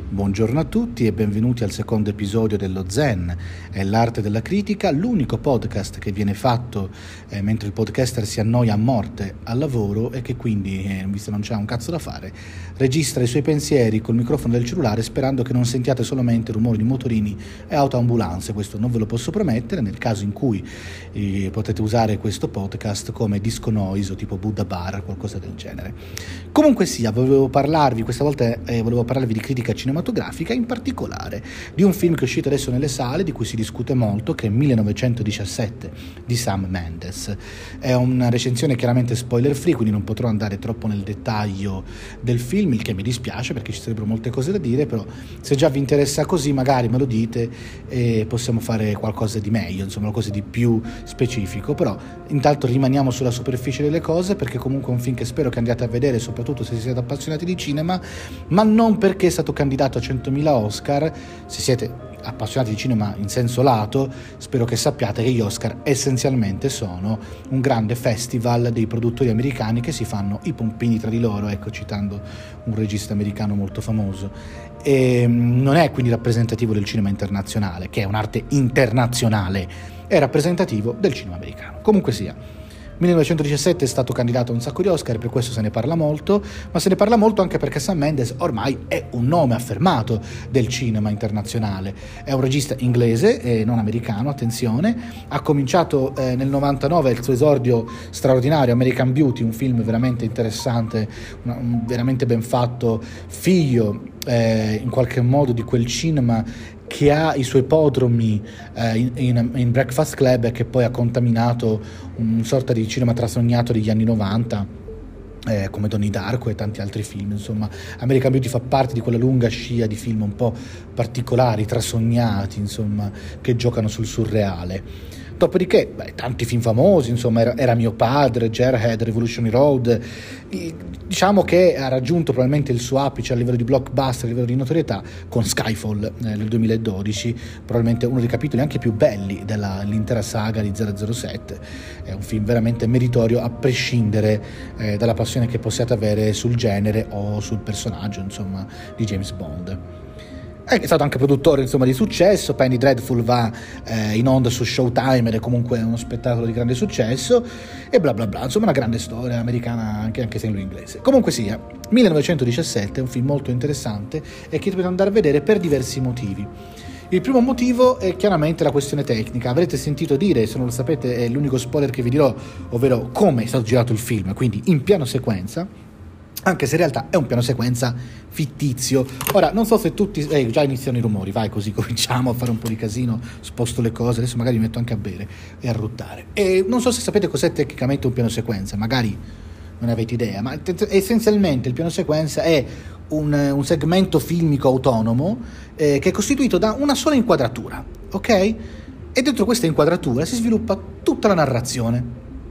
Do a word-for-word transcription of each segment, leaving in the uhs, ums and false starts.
Buongiorno a tutti e benvenuti al secondo episodio dello Zen, è l'arte della critica, l'unico podcast che viene fatto eh, mentre il podcaster si annoia a morte al lavoro e che quindi, eh, visto non c'ha un cazzo da fare, registra i suoi pensieri col microfono del cellulare sperando che non sentiate solamente rumori di motorini e autoambulanze. Questo non ve lo posso promettere nel caso in cui eh, potete usare questo podcast come disco noise o tipo Buddha Bar, qualcosa del genere. Comunque sia, volevo parlarvi, questa volta eh, volevo parlarvi di critica cinematografica, in particolare di un film che è uscito adesso nelle sale, di cui si discute molto, che è millenovecentodiciassette di Sam Mendes. È una recensione chiaramente spoiler free, quindi non potrò andare troppo nel dettaglio del film, il che mi dispiace perché ci sarebbero molte cose da dire, però se già vi interessa così magari me lo dite e possiamo fare qualcosa di meglio, insomma qualcosa di più specifico. Però intanto rimaniamo sulla superficie delle cose, perché comunque è un film che spero che andiate a vedere, soprattutto se siete appassionati di cinema, ma non perché è stato candidato a centomila Oscar. Se siete appassionati di cinema in senso lato, spero che sappiate che gli Oscar essenzialmente sono un grande festival dei produttori americani che si fanno i pompini tra di loro, ecco, citando un regista americano molto famoso, e non è quindi rappresentativo del cinema internazionale, che è un'arte internazionale, è rappresentativo del cinema americano. Comunque sia, millenovecentodiciassette è stato candidato a un sacco di Oscar, per questo se ne parla molto, ma se ne parla molto anche perché Sam Mendes ormai è un nome affermato del cinema internazionale. È un regista inglese e non americano, attenzione. Ha cominciato eh, nel novantanove il suo esordio straordinario, American Beauty, un film veramente interessante, una, un, veramente ben fatto, figlio eh, in qualche modo di quel cinema che ha i suoi podromi eh, in, in, in Breakfast Club e che poi ha contaminato un sorta di cinema trasognato degli anni novanta, eh, come Donnie Darko e tanti altri film. Insomma, American Beauty fa parte di quella lunga scia di film un po' particolari, trasognati, insomma, che giocano sul surreale. Dopodiché, beh, tanti film famosi, insomma, era, era Mio padre, Jarhead, Revolutionary Road. Diciamo che ha raggiunto probabilmente il suo apice a livello di blockbuster, a livello di notorietà, con Skyfall eh, nel duemiladodici, probabilmente uno dei capitoli anche più belli dell'intera saga di zero zero sette. È un film veramente meritorio, a prescindere eh, dalla passione che possiate avere sul genere o sul personaggio, insomma, di James Bond. È stato anche produttore, insomma, di successo. Penny Dreadful va eh, in onda su Showtime ed è comunque uno spettacolo di grande successo, e bla bla bla, insomma una grande storia americana, anche, anche se in inglese. Comunque sia, millenovecentodiciassette è un film molto interessante e che dovete andare a vedere per diversi motivi. Il primo motivo è chiaramente la questione tecnica. Avrete sentito dire, se non lo sapete è l'unico spoiler che vi dirò, ovvero come è stato girato il film, quindi in piano sequenza, anche se in realtà è un piano sequenza fittizio. Ora, non so se tutti... Eh, già iniziano i rumori, vai, così cominciamo a fare un po' di casino, sposto le cose, adesso magari mi metto anche a bere e a ruttare. E non so se sapete cos'è tecnicamente un piano sequenza, magari non avete idea, ma essenzialmente il piano sequenza è un, un segmento filmico autonomo eh, che è costituito da una sola inquadratura, ok? E dentro questa inquadratura si sviluppa tutta la narrazione.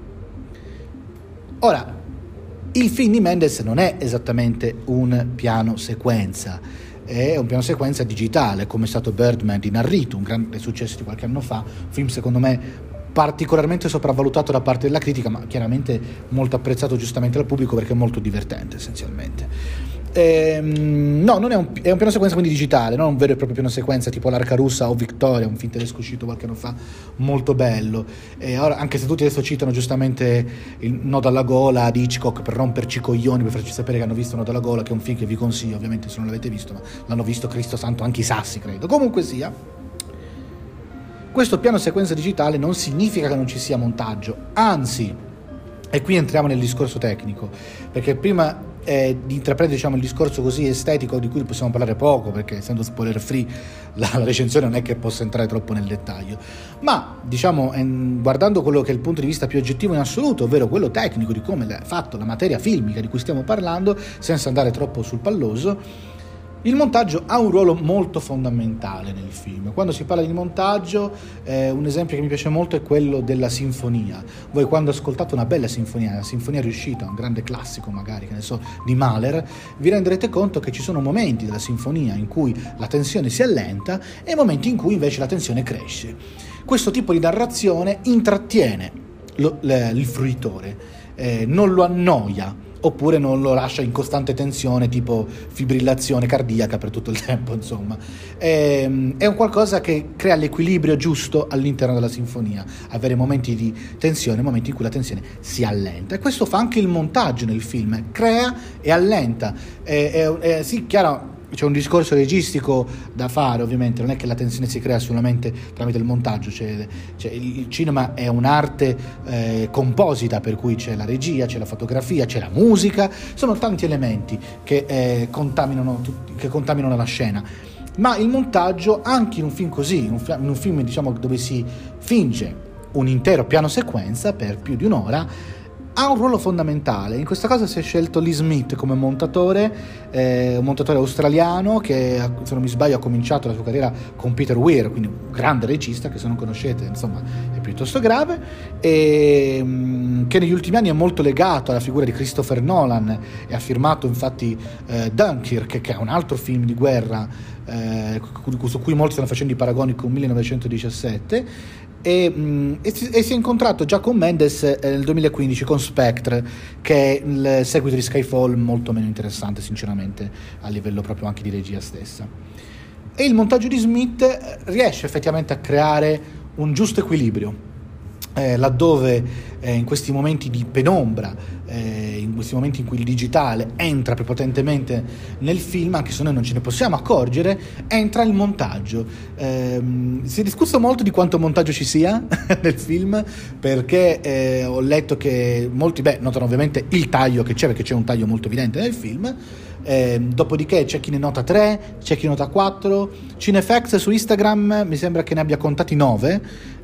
Ora, il film di Mendes non è esattamente un piano sequenza, è un piano sequenza digitale, come è stato Birdman di Narrito, un grande successo di qualche anno fa, un film secondo me particolarmente sopravvalutato da parte della critica, ma chiaramente molto apprezzato giustamente dal pubblico perché è molto divertente essenzialmente. Ehm, no, non è un, è un piano sequenza quindi digitale, non un vero e proprio piano sequenza tipo L'Arca Russa o Victoria, un film tedesco uscito qualche anno fa, molto bello. E ora, anche se tutti adesso citano giustamente il Nodo alla gola di Hitchcock per romperci i coglioni, per farci sapere che hanno visto Nodo alla gola, che è un film che vi consiglio ovviamente se non l'avete visto, ma l'hanno visto, Cristo santo, anche i sassi credo. Comunque sia, questo piano sequenza digitale non significa che non ci sia montaggio, anzi, e qui entriamo nel discorso tecnico, perché prima eh, di intraprendere, diciamo, il discorso così estetico di cui possiamo parlare poco, perché essendo spoiler free la, la recensione non è che possa entrare troppo nel dettaglio, ma diciamo ehm, guardando quello che è il punto di vista più oggettivo in assoluto, ovvero quello tecnico di come è fatto la materia filmica di cui stiamo parlando, senza andare troppo sul palloso, il montaggio ha un ruolo molto fondamentale nel film. Quando si parla di montaggio, eh, un esempio che mi piace molto è quello della sinfonia. Voi quando ascoltate una bella sinfonia, una sinfonia riuscita, un grande classico magari, che ne so, di Mahler, vi renderete conto che ci sono momenti della sinfonia in cui la tensione si allenta e momenti in cui invece la tensione cresce. Questo tipo di narrazione intrattiene lo, le, il fruitore, eh, non lo annoia, oppure non lo lascia in costante tensione, tipo fibrillazione cardiaca per tutto il tempo, insomma. È, è un qualcosa che crea l'equilibrio giusto all'interno della sinfonia, avere momenti di tensione, momenti in cui la tensione si allenta, e questo fa anche il montaggio nel film, crea e allenta. È, è, è, sì, chiaro, c'è un discorso registico da fare, ovviamente, non è che la tensione si crea solamente tramite il montaggio, c'è, c'è, il cinema è un'arte eh, composita, per cui c'è la regia, c'è la fotografia, c'è la musica, sono tanti elementi che, eh, contaminano, che contaminano la scena, ma il montaggio, anche in un film così, in un, in un film diciamo dove si finge un intero piano sequenza per più di un'ora, ha un ruolo fondamentale. In questa cosa si è scelto Lee Smith come montatore, eh, un montatore australiano che, se non mi sbaglio, ha cominciato la sua carriera con Peter Weir, quindi un grande regista che, se non conoscete, insomma, è piuttosto grave, e mh, che negli ultimi anni è molto legato alla figura di Christopher Nolan, e ha firmato infatti eh, Dunkirk, che è un altro film di guerra eh, su cui molti stanno facendo i paragoni con millenovecentodiciassette. E, mh, e, si, e si è incontrato già con Mendes eh, nel duemilaquindici con Spectre, che è il seguito di Skyfall, molto meno interessante sinceramente a livello proprio anche di regia stessa. E il montaggio di Smith riesce effettivamente a creare un giusto equilibrio, eh, laddove eh, in questi momenti di penombra, eh, in questi momenti in cui il digitale entra prepotentemente nel film, anche se noi non ce ne possiamo accorgere, entra il montaggio. Eh, si è discusso molto di quanto montaggio ci sia nel film, perché eh, ho letto che molti, beh, notano ovviamente il taglio che c'è, perché c'è un taglio molto evidente nel film. Eh, dopodiché c'è chi ne nota tre, c'è chi ne nota quattro. Cinefx su Instagram mi sembra che ne abbia contati nove,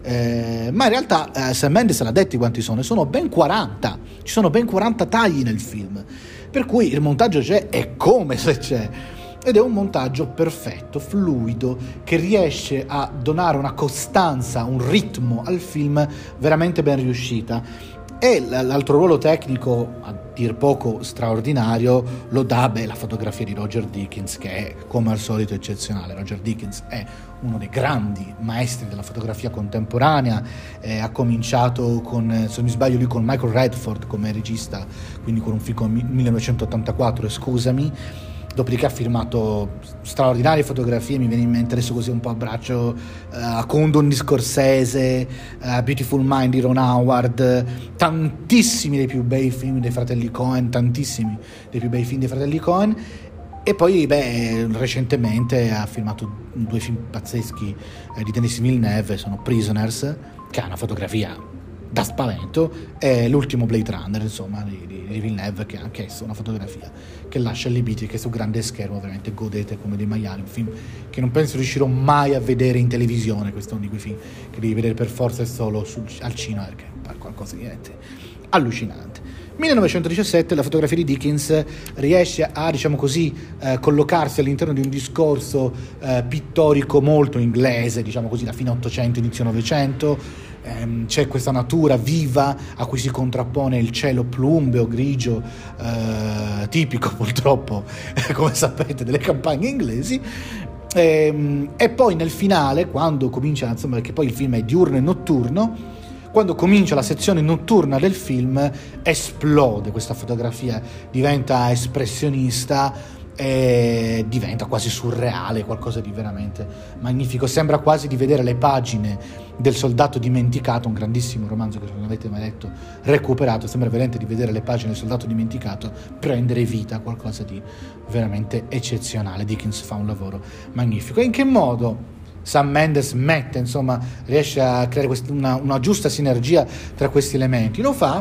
eh, ma in realtà eh, Sam Mendes l'ha detti quanti sono, e sono ben quaranta, ci sono ben quaranta tagli nel film, per cui il montaggio c'è, è come se c'è, ed è un montaggio perfetto, fluido, che riesce a donare una costanza, un ritmo al film veramente ben riuscita. E l'altro ruolo tecnico, a dir poco straordinario, lo dà beh, la fotografia di Roger Deakins, che è come al solito eccezionale. Roger Deakins è uno dei grandi maestri della fotografia contemporanea, eh, ha cominciato con, se non mi sbaglio, lui con Michael Redford come regista, quindi con un film con millenovecentottantaquattro, scusami. Dopodiché ha firmato straordinarie fotografie, mi viene in mente adesso così un po' a braccio, a uh, Condon di Scorsese, uh, Beautiful Mind di Ron Howard, tantissimi dei più bei film dei fratelli Coen, tantissimi dei più bei film dei fratelli Coen. E poi beh, recentemente ha firmato due film pazzeschi eh, di Denis Villeneuve, sono Prisoners, che ha una fotografia da spavento, e l'ultimo Blade Runner, insomma, di, di, di Villeneuve, che ha anch'esso una fotografia che lascia allibiti, che su grande schermo veramente godete come dei maiali. Un film che non penso riuscirò mai a vedere in televisione, questo è uno di quei film che devi vedere per forza e solo sul, al cinema, perché è qualcosa di niente allucinante. millenovecentodiciassette, la fotografia di Deakins riesce a, diciamo così, eh, collocarsi all'interno di un discorso eh, pittorico molto inglese, diciamo così, da fine Ottocento, inizio Novecento. Ehm, c'è questa natura viva a cui si contrappone il cielo plumbeo, grigio, eh, tipico purtroppo, come sapete, delle campagne inglesi. Ehm, e poi nel finale, quando comincia, insomma, perché poi il film è diurno e notturno, quando comincia la sezione notturna del film, esplode questa fotografia, diventa espressionista e diventa quasi surreale, qualcosa di veramente magnifico. Sembra quasi di vedere le pagine del Soldato Dimenticato, un grandissimo romanzo che, se non avete mai letto, recuperato. Sembra veramente di vedere le pagine del Soldato Dimenticato prendere vita, qualcosa di veramente eccezionale. Deakins fa un lavoro magnifico. E in che modo Sam Mendes mette, insomma, riesce a creare quest- una, una giusta sinergia tra questi elementi? Lo fa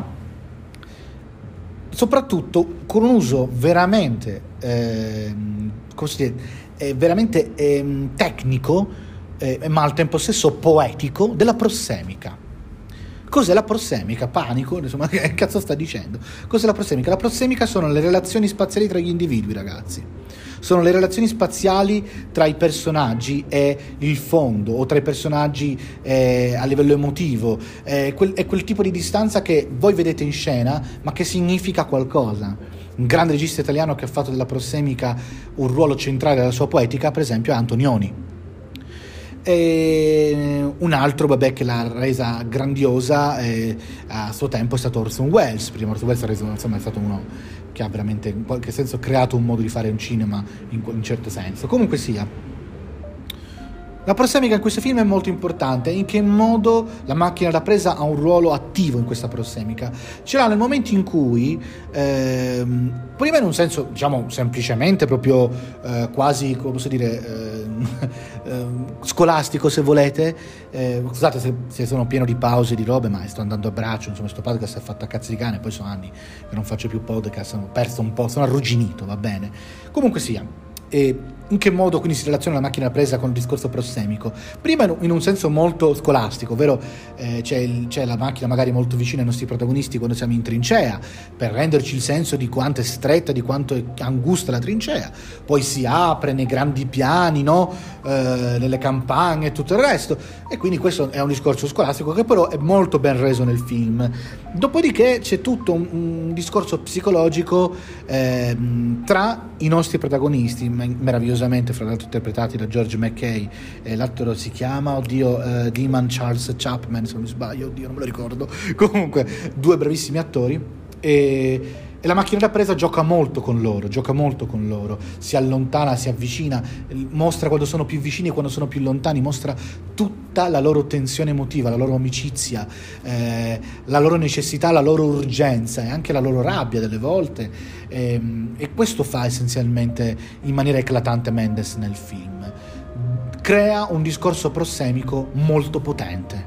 soprattutto con un uso veramente, eh, come si dice, eh, veramente eh, tecnico, eh, ma al tempo stesso poetico, della prossemica. Cos'è la prossemica? Panico, insomma, che cazzo sta dicendo? Cos'è la prossemica? La prossemica sono le relazioni spaziali tra gli individui, ragazzi. Sono le relazioni spaziali tra i personaggi e il fondo, o tra i personaggi eh, a livello emotivo. Eh, quel, è quel tipo di distanza che voi vedete in scena, ma che significa qualcosa. Un grande regista italiano che ha fatto della prossemica un ruolo centrale della sua poetica, per esempio, è Antonioni. E un altro, vabbè, che l'ha resa grandiosa eh, a suo tempo è stato Orson Welles. Prima Orson Welles ha reso, insomma, è stato uno che ha veramente in qualche senso creato un modo di fare un cinema in un certo senso. Comunque sia, la prossemica in questo film è molto importante. In che modo la macchina da presa ha un ruolo attivo in questa prossemica? Ce l'ha nel momento in cui, ehm, prima in un senso, diciamo, semplicemente proprio eh, quasi, come posso dire, eh, eh, scolastico, se volete. Eh, scusate se, se sono pieno di pause, di robe, ma sto andando a braccio, insomma, sto podcast è fatto a cazzo di cane, poi sono anni che non faccio più podcast, sono perso un po', sono arrugginito, va bene. Comunque sia. E in che modo quindi si relaziona la macchina da presa con il discorso prossemico? Prima in un senso molto scolastico, ovvero eh, c'è, il, c'è la macchina magari molto vicina ai nostri protagonisti quando siamo in trincea, per renderci il senso di quanto è stretta, di quanto è angusta la trincea. Poi si apre nei grandi piani, no? eh, nelle campagne e tutto il resto, e quindi questo è un discorso scolastico che però è molto ben reso nel film. Dopodiché c'è tutto un, un discorso psicologico eh, tra i nostri protagonisti, meravigliosamente fra l'altro interpretati da George McKay, e l'altro si chiama, oddio, uh, Demon Charles Chapman, se non mi sbaglio, oddio non me lo ricordo, comunque due bravissimi attori, e, e la macchina da presa gioca molto con loro, gioca molto con loro, si allontana, si avvicina, mostra quando sono più vicini e quando sono più lontani, mostra tutta la loro tensione emotiva, la loro amicizia, eh, la loro necessità, la loro urgenza e anche la loro rabbia delle volte, e, e questo fa essenzialmente in maniera eclatante Mendes nel film. Crea un discorso prossemico molto potente.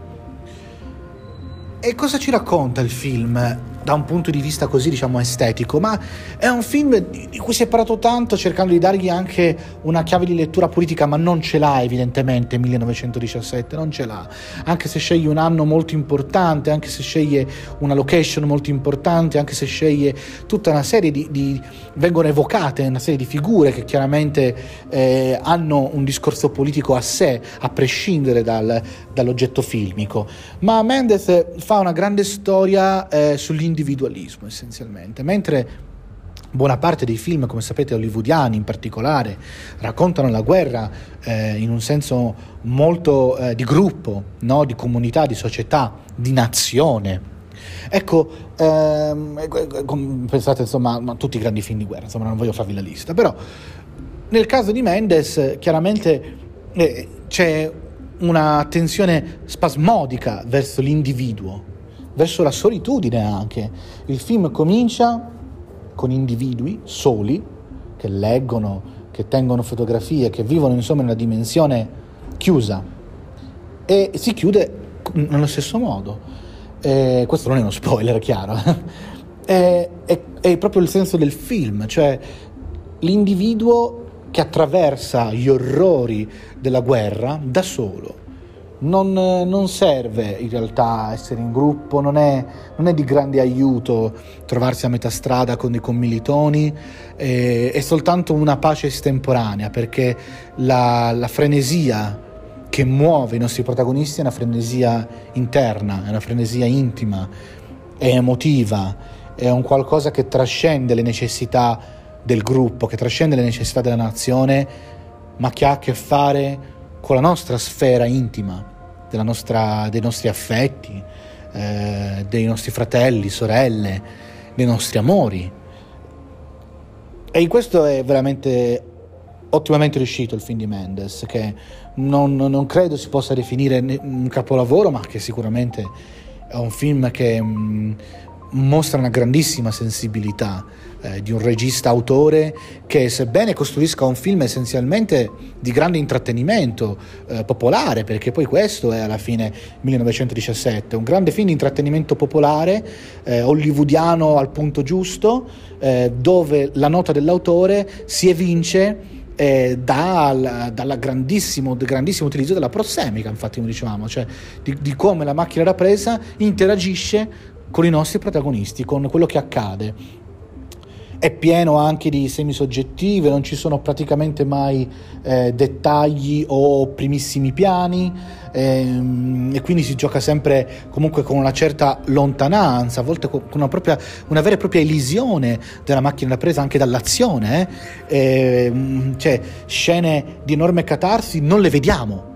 E cosa ci racconta il film da un punto di vista così, diciamo, estetico? Ma è un film di cui si è parlato tanto, cercando di dargli anche una chiave di lettura politica, ma non ce l'ha evidentemente millenovecentodiciassette, non ce l'ha, anche se sceglie un anno molto importante, anche se sceglie una location molto importante, anche se sceglie tutta una serie di, di vengono evocate una serie di figure che chiaramente eh, hanno un discorso politico a sé, a prescindere dal, dall'oggetto filmico. Ma Mendes fa una grande storia eh, sull'individualismo essenzialmente, mentre buona parte dei film, come sapete, hollywoodiani in particolare, raccontano la guerra eh, in un senso molto eh, di gruppo, no? Di comunità, di società, di nazione. Ecco, ehm, pensate insomma a tutti i grandi film di guerra, insomma non voglio farvi la lista, però nel caso di Mendes chiaramente eh, c'è una tensione spasmodica verso l'individuo, verso la solitudine anche. Il film comincia con individui soli che leggono, che tengono fotografie, che vivono insomma in una dimensione chiusa, e si chiude nello stesso modo. Eh, questo non è uno spoiler, chiaro. è, è, è proprio il senso del film, cioè l'individuo che attraversa gli orrori della guerra da solo. Non, non serve in realtà essere in gruppo, non è, non è di grande aiuto trovarsi a metà strada con dei commilitoni, eh, è soltanto una pace estemporanea, perché la, la frenesia che muove i nostri protagonisti è una frenesia interna, è una frenesia intima, è emotiva, è un qualcosa che trascende le necessità del gruppo, che trascende le necessità della nazione, ma che ha a che fare con la nostra sfera intima, della nostra, dei nostri affetti, eh, dei nostri fratelli, sorelle, dei nostri amori. E in questo è veramente ottimamente riuscito il film di Mendes, che non, non credo si possa definire un capolavoro, ma che sicuramente è un film che mh, mostra una grandissima sensibilità eh, di un regista autore che, sebbene costruisca un film essenzialmente di grande intrattenimento eh, popolare, perché poi questo è alla fine millenovecentodiciassette, un grande film di intrattenimento popolare eh, hollywoodiano al punto giusto, eh, dove la nota dell'autore si evince Eh, dal, dalla grandissimo, grandissimo utilizzo della prossemica, infatti come dicevamo, cioè di, di come la macchina da presa interagisce con i nostri protagonisti, con quello che accade. È pieno anche di semisoggettive, non ci sono praticamente mai eh, dettagli o primissimi piani, ehm, e quindi si gioca sempre comunque con una certa lontananza, a volte con una, propria, una vera e propria elisione della macchina da presa anche dall'azione, eh? Ehm, cioè scene di enorme catarsi non le vediamo,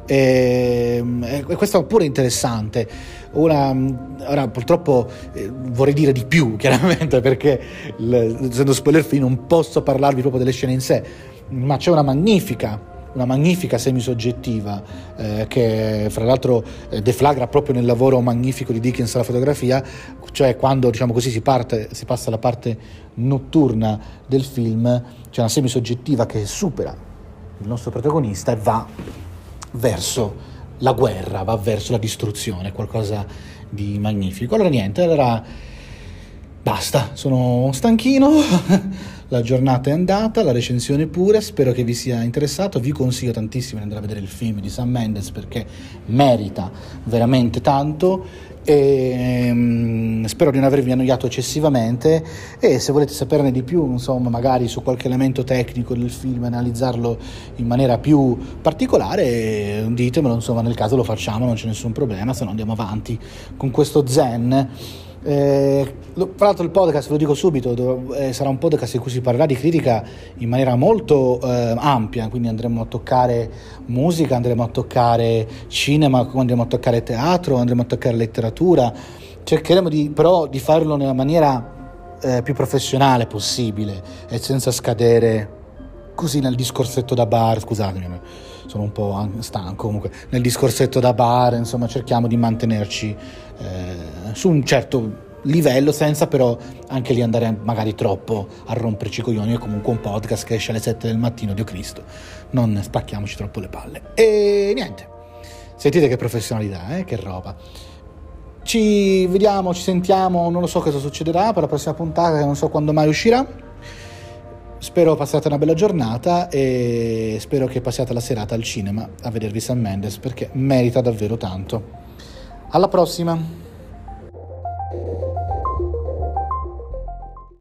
e, e questo è pure interessante. Ora, ora purtroppo eh, vorrei dire di più, chiaramente, perché l, essendo spoiler free non posso parlarvi proprio delle scene in sé, ma c'è una magnifica una magnifica semisoggettiva eh, che fra l'altro eh, deflagra proprio nel lavoro magnifico di Dickens alla fotografia, cioè quando, diciamo così, si parte si passa alla parte notturna del film, c'è una semisoggettiva che supera il nostro protagonista e va verso la guerra, va verso la distruzione, qualcosa di magnifico. Allora niente, allora basta, sono stanchino. La giornata è andata, la recensione pure, spero che vi sia interessato. Vi consiglio tantissimo di andare a vedere il film di Sam Mendes perché merita veramente tanto e um, spero di non avervi annoiato eccessivamente, e se volete saperne di più, insomma, magari su qualche elemento tecnico del film, analizzarlo in maniera più particolare, ditemelo, insomma, nel caso lo facciamo, non c'è nessun problema, se no andiamo avanti con questo zen. Eh, tra l'altro il podcast, ve lo dico subito, dov- eh, sarà un podcast in cui si parlerà di critica in maniera molto eh, ampia, quindi andremo a toccare musica, andremo a toccare cinema, andremo a toccare teatro, andremo a toccare letteratura. Cercheremo di, però di farlo nella maniera eh, più professionale possibile e senza scadere così nel discorsetto da bar. Scusatemi, sono un po' stanco, comunque nel discorsetto da bar, insomma, cerchiamo di mantenerci eh, su un certo livello, senza però anche lì andare magari troppo a romperci i coglioni. È comunque un podcast che esce alle sette del mattino, Dio Cristo, non spacchiamoci troppo le palle. E niente, sentite che professionalità, eh? Che roba. Ci vediamo, ci sentiamo, non lo so cosa succederà per la prossima puntata, che non so quando mai uscirà. Spero passiate una bella giornata e spero che passiate la serata al cinema a vedervi Sam Mendes perché merita davvero tanto. Alla prossima!